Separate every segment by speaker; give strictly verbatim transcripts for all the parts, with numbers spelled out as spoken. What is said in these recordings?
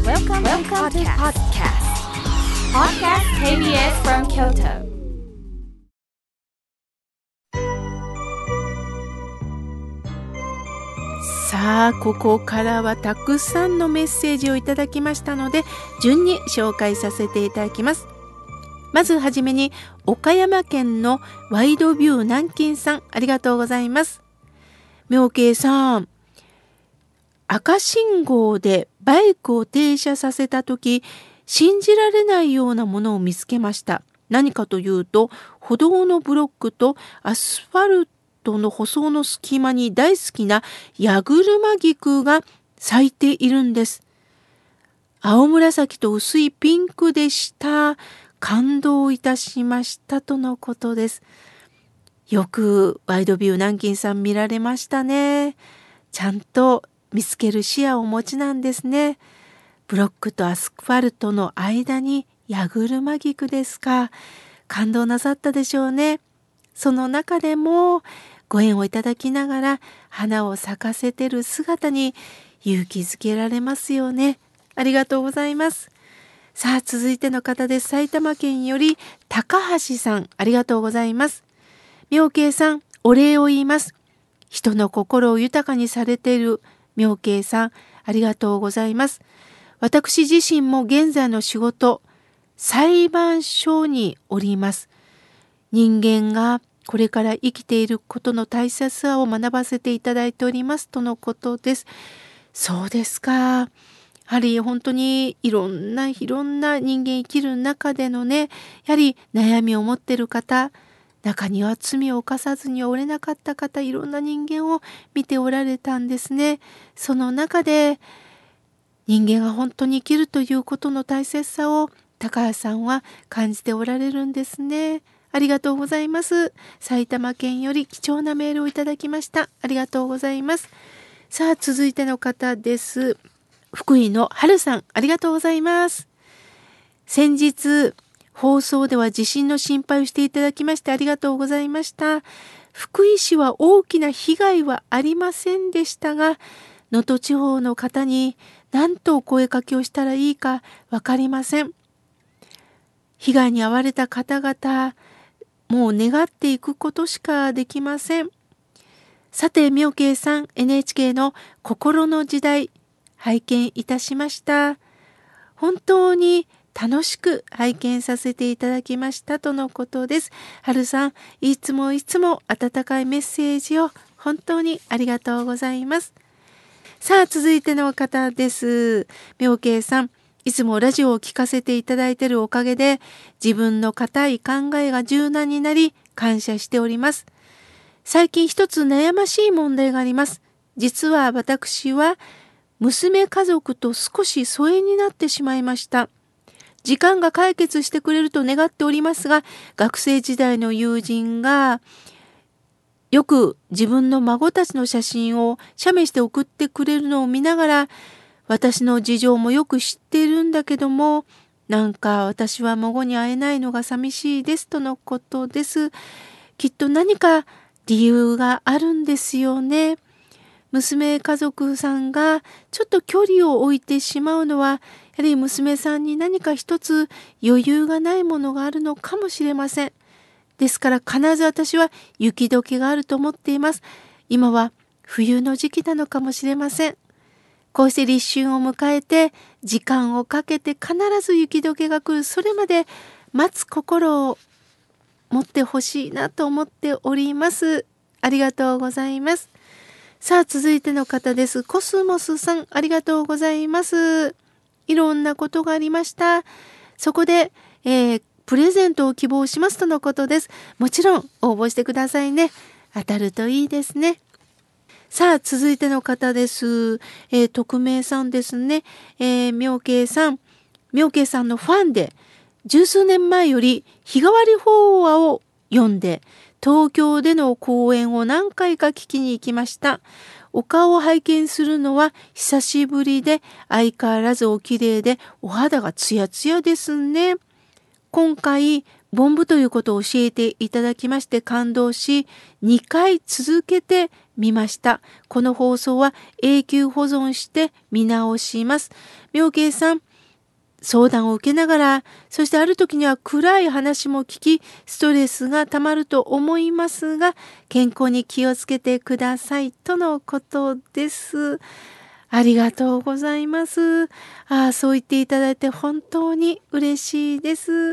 Speaker 1: Welcome, Welcome to podcast. Podcast ケービーエス from Kyoto.
Speaker 2: さあ、ここからはたくさんのメッセージをいただきましたので、順に紹介させていただきます。まずはじめに、岡山県のワイドビュー南京さん、ありがとうございます。妙慶さん、赤信号でバイクを停車させたとき、信じられないようなものを見つけました。何かというと、歩道のブロックとアスファルトの舗装の隙間に大好きなヤグルマギクが咲いているんです。青紫と薄いピンクでした。感動いたしましたとのことです。よくワイドビュー南京さん見られましたね。ちゃんと見つける視野をお持ちなんですね。ブロックとアスファルトの間にヤグルマギクですか。感動なさったでしょうね。その中でもご縁をいただきながら花を咲かせてる姿に勇気づけられますよね。ありがとうございます。さあ、続いての方です。埼玉県より高橋さん、ありがとうございます。妙慶さん、お礼を言います。人の心を豊かにされている妙慶さん、ありがとうございます。私自身も現在の仕事、裁判所におります。人間がこれから生きていることの大切さを学ばせていただいておりますとのことです。そうですか。やはり本当にいろんないろんな人間生きる中でのね、やはり悩みを持っている方、中には罪を犯さずにはおれなかった方、いろんな人間を見ておられたんですね。その中で人間が本当に生きるということの大切さを高橋さんは感じておられるんですね。ありがとうございます。埼玉県より貴重なメールをいただきました。ありがとうございます。さあ、続いての方です。福井の春さん、ありがとうございます。先日放送では地震の心配をしていただきましてありがとうございました。福井市は大きな被害はありませんでしたが、能登地方の方に何とお声かけをしたらいいか分かりません。被害に遭われた方々、もう願っていくことしかできません。さて、妙慶さん、エヌエイチケー の心の時代、拝見いたしました。本当に楽しく拝見させていただきましたとのことです。春さん、いつもいつも温かいメッセージを本当にありがとうございます。さあ、続いての方です。妙慶さん、いつもラジオを聞かせていただいているおかげで自分の固い考えが柔軟になり感謝しております。最近一つ悩ましい問題があります。実は私は娘家族と少し疎遠になってしまいました。時間が解決してくれると願っておりますが、学生時代の友人がよく自分の孫たちの写真を写メして送ってくれるのを見ながら、私の事情もよく知っているんだけども、なんか私は孫に会えないのが寂しいですとのことです。きっと何か理由があるんですよね。娘家族さんがちょっと距離を置いてしまうのは、やはり娘さんに何か一つ余裕がないものがあるのかもしれません。ですから必ず私は雪解けがあると思っています。今は冬の時期なのかもしれません。こうして立春を迎えて時間をかけて必ず雪解けが来る。それまで待つ心を持ってほしいなと思っております。ありがとうございます。さあ、続いての方です。コスモスさん、ありがとうございます。いろんなことがありました。そこで、えー、プレゼントを希望しますとのことです。もちろん応募してくださいね。当たるといいですね。さあ、続いての方です。えー、匿名さんですね。えー、妙慶さん。妙慶さんのファンで、十数年前より日替わり法話を読んで、東京での講演を何回か聞きに行きました。お顔を拝見するのは久しぶりで、相変わらずお綺麗で、お肌がツヤツヤですね。今回、 凡夫ということを教えていただきまして感動し、にかい続けてみました。この放送は永久保存して見直します。妙慶さん、相談を受けながら、そしてある時には暗い話も聞き、ストレスがたまると思いますが、健康に気をつけてくださいとのことです。ありがとうございます。あ、そう言っていただいて本当に嬉しいです。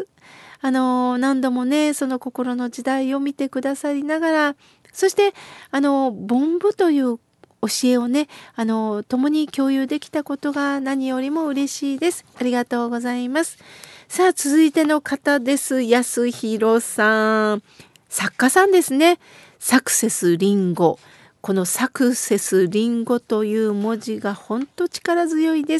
Speaker 2: あの何度もね、その心の時代を見てくださりながら、そしてあの凡夫という教えをね、あの共に共有できたことが何よりも嬉しいです。ありがとうございます。さあ、続いての方です。安弘さん、作家さんですね。サクセスリンゴ、このサクセスリンゴという文字が本当力強いです。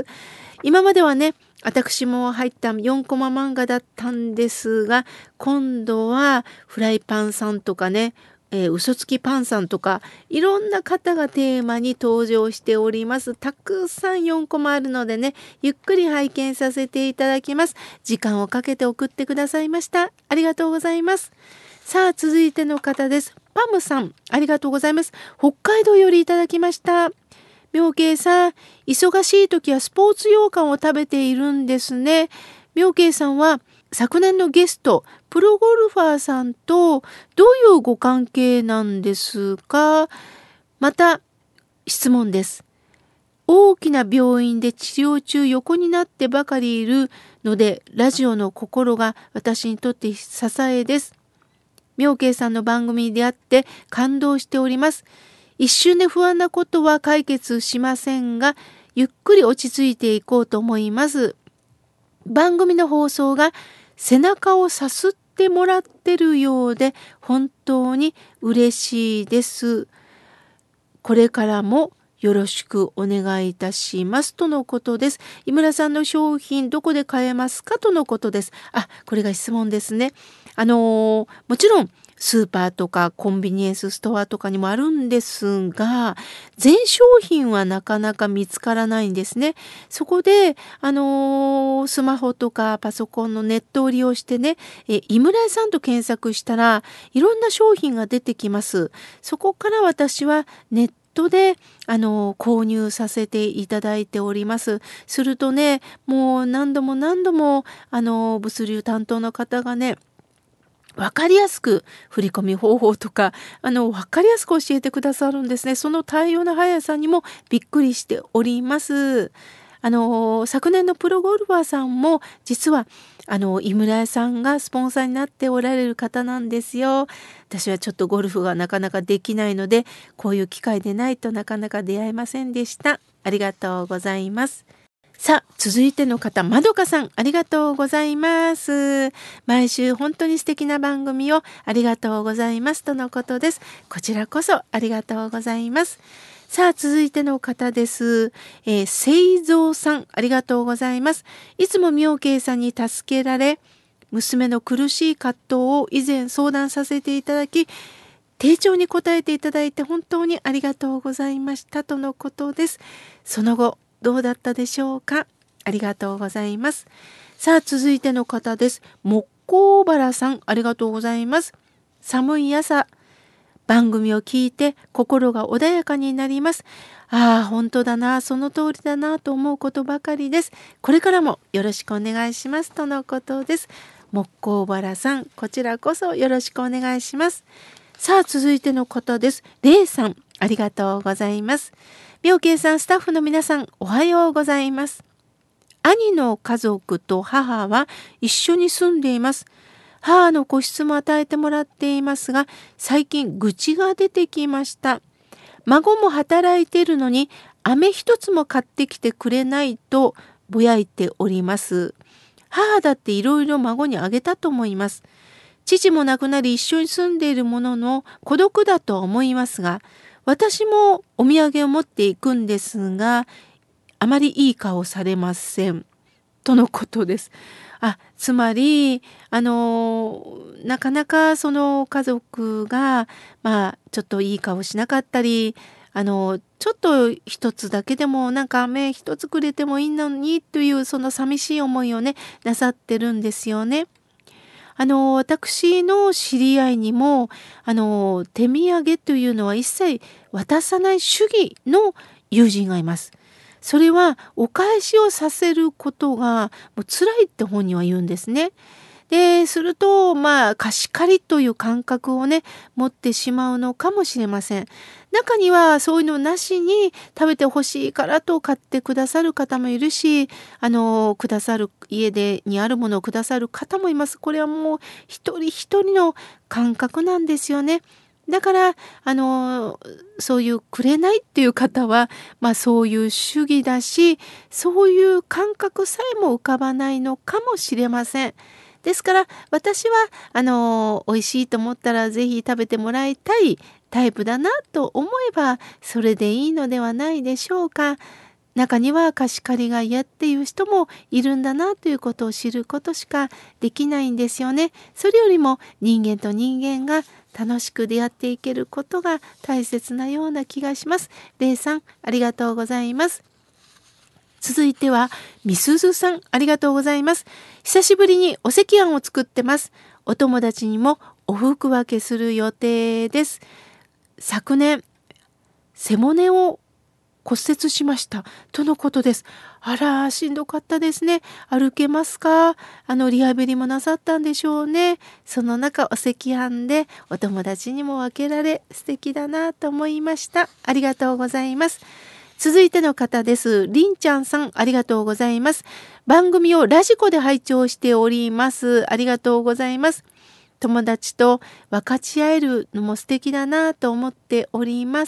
Speaker 2: 今まではね、私も入ったよんコマ漫画だったんですが、今度はフライパンさんとかね、えー、嘘つきパンさんとか、いろんな方がテーマに登場しております。たくさんよんコマあるのでね、ゆっくり拝見させていただきます。時間をかけて送ってくださいました。ありがとうございます。さあ、続いての方です。パムさん、ありがとうございます。北海道よりいただきました。妙慶さん、忙しい時はスポーツ羊羹を食べているんですね。妙慶さんは昨年のゲスト、プロゴルファーさんとどういうご関係なんですか？また、質問です。大きな病院で治療中横になってばかりいるので、ラジオの心が私にとって支えです。妙慶さんの番組に出会って感動しております。一瞬で不安なことは解決しませんが、ゆっくり落ち着いていこうと思います。番組の放送が背中をさすってもらってるようで本当に嬉しいです。これからもよろしくお願いいたしますとのことです。井村さんの商品どこで買えますかとのことです。あ、これが質問ですね。あのー、もちろんスーパーとかコンビニエンスストアとかにもあるんですが、全商品はなかなか見つからないんですね。そこで、あのー、スマホとかパソコンのネットを利用してね、え井村屋さんと検索したらいろんな商品が出てきます。そこから私はネットであの購入させていただいております。するとね、もう何度も何度もあの物流担当の方がね、わかりやすく振り込み方法とかあのわかりやすく教えてくださるんですね。その対応の速さにもびっくりしております。あの昨年のプロゴルファーさんも実はあの井村屋さんがスポンサーになっておられる方なんですよ。私はちょっとゴルフがなかなかできないので、こういう機会でないとなかなか出会えませんでした。ありがとうございます。さあ、続いての方、まどかさん、ありがとうございます。毎週本当に素敵な番組をありがとうございますとのことです。こちらこそありがとうございます。さあ、続いての方です。えー、聖蔵さん、ありがとうございます。いつも妙慶さんに助けられ、娘の苦しい葛藤を以前相談させていただき、丁重に答えていただいて本当にありがとうございましたとのことです。その後、どうだったでしょうか？ありがとうございます。さあ、続いての方です。木工原さん、ありがとうございます。寒い朝、番組を聞いて心が穏やかになります。ああ、本当だな、その通りだなと思うことばかりです。これからもよろしくお願いしますとのことです。木工原さん、こちらこそよろしくお願いします。さあ、続いての方です。れいさん、ありがとうございます。妙慶さん、スタッフの皆さん、おはようございます。兄の家族と母は一緒に住んでいます。母の個室も与えてもらっていますが、最近愚痴が出てきました。孫も働いているのに、飴一つも買ってきてくれないとぼやいております。母だっていろいろ孫にあげたと思います。父も亡くなり一緒に住んでいるものの孤独だと思いますが、私もお土産を持っていくんですが、あまりいい顔されません。とのことです。あ、つまり、あの、なかなかその家族が、まあ、ちょっといい顔しなかったり、あの、ちょっと一つだけでも、なんか飴一つくれてもいいのにという、その寂しい思いをね、なさってるんですよね。 あの私の知り合いにもあの手土産というのは一切渡さない主義の友人がいます。それはお返しをさせることがもう辛いって本人は言うんですね。で、すると、まあ、貸し借りという感覚をね、持ってしまうのかもしれません。中にはそういうのなしに食べてほしいからと買ってくださる方もいるし、あの、くださる、家でにあるものをくださる方もいます。これはもう一人一人の感覚なんですよね。だから、あの、そういうくれないっていう方は、まあそういう主義だし、そういう感覚さえも浮かばないのかもしれません。ですから私はあの美味しいと思ったらぜひ食べてもらいたいタイプだなと思えばそれでいいのではないでしょうか。中には貸し借りが嫌っていう人もいるんだなということを知ることしかできないんですよね。それよりも人間と人間が楽しく出会っていけることが大切なような気がします。レイさん、ありがとうございます。続いてはみすずさん、ありがとうございます。久しぶりにお赤飯を作ってます。お友達にもお服分けする予定です。昨年背骨を骨折しましたとのことです。あら、しんどかったですね。歩けますか？あのリハビリもなさったんでしょうね。その中お赤飯でお友達にも分けられ素敵だなと思いました。ありがとうございます。続いての方です。りんちゃんさん、ありがとうございます。番組をラジコで拝聴しております。ありがとうございます。友達と分かち合えるのも素敵だなと思っております。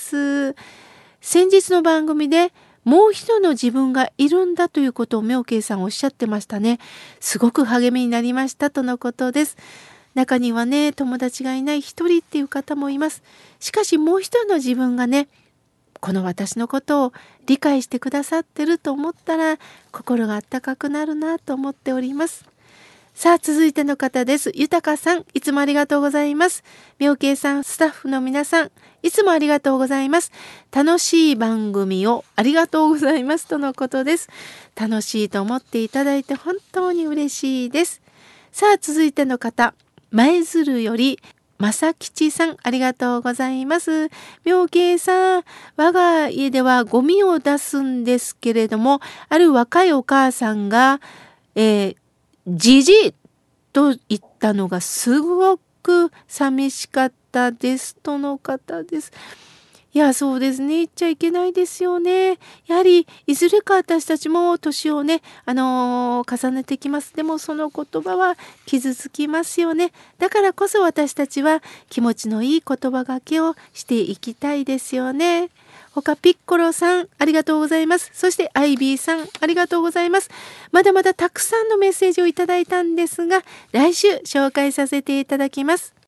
Speaker 2: 先日の番組でもう一人の自分がいるんだということを妙慶さんおっしゃってましたね。すごく励みになりましたとのことです。中にはね、友達がいない一人っていう方もいます。しかしもう一人の自分がね、この私のことを理解してくださってると思ったら心が温かくなるなと思っております。さあ続いての方です。豊さん、いつもありがとうございます。妙慶さん、スタッフの皆さん、いつもありがとうございます。楽しい番組をありがとうございますとのことです。楽しいと思っていただいて本当に嬉しいです。さあ続いての方、舞鶴より正吉さん、ありがとうございます。妙慶さん、我が家ではゴミを出すんですけれども、ある若いお母さんが、えー、じじいと言ったのがすごく寂しかったですとの方です。いや、そうですね。言っちゃいけないですよね。やはり、いずれか私たちも年をね、あのー、重ねてきます。でも、その言葉は傷つきますよね。だからこそ私たちは気持ちのいい言葉がけをしていきたいですよね。他、ピッコロさん、ありがとうございます。そして、アイビーさん、ありがとうございます。まだまだたくさんのメッセージをいただいたんですが、来週紹介させていただきます。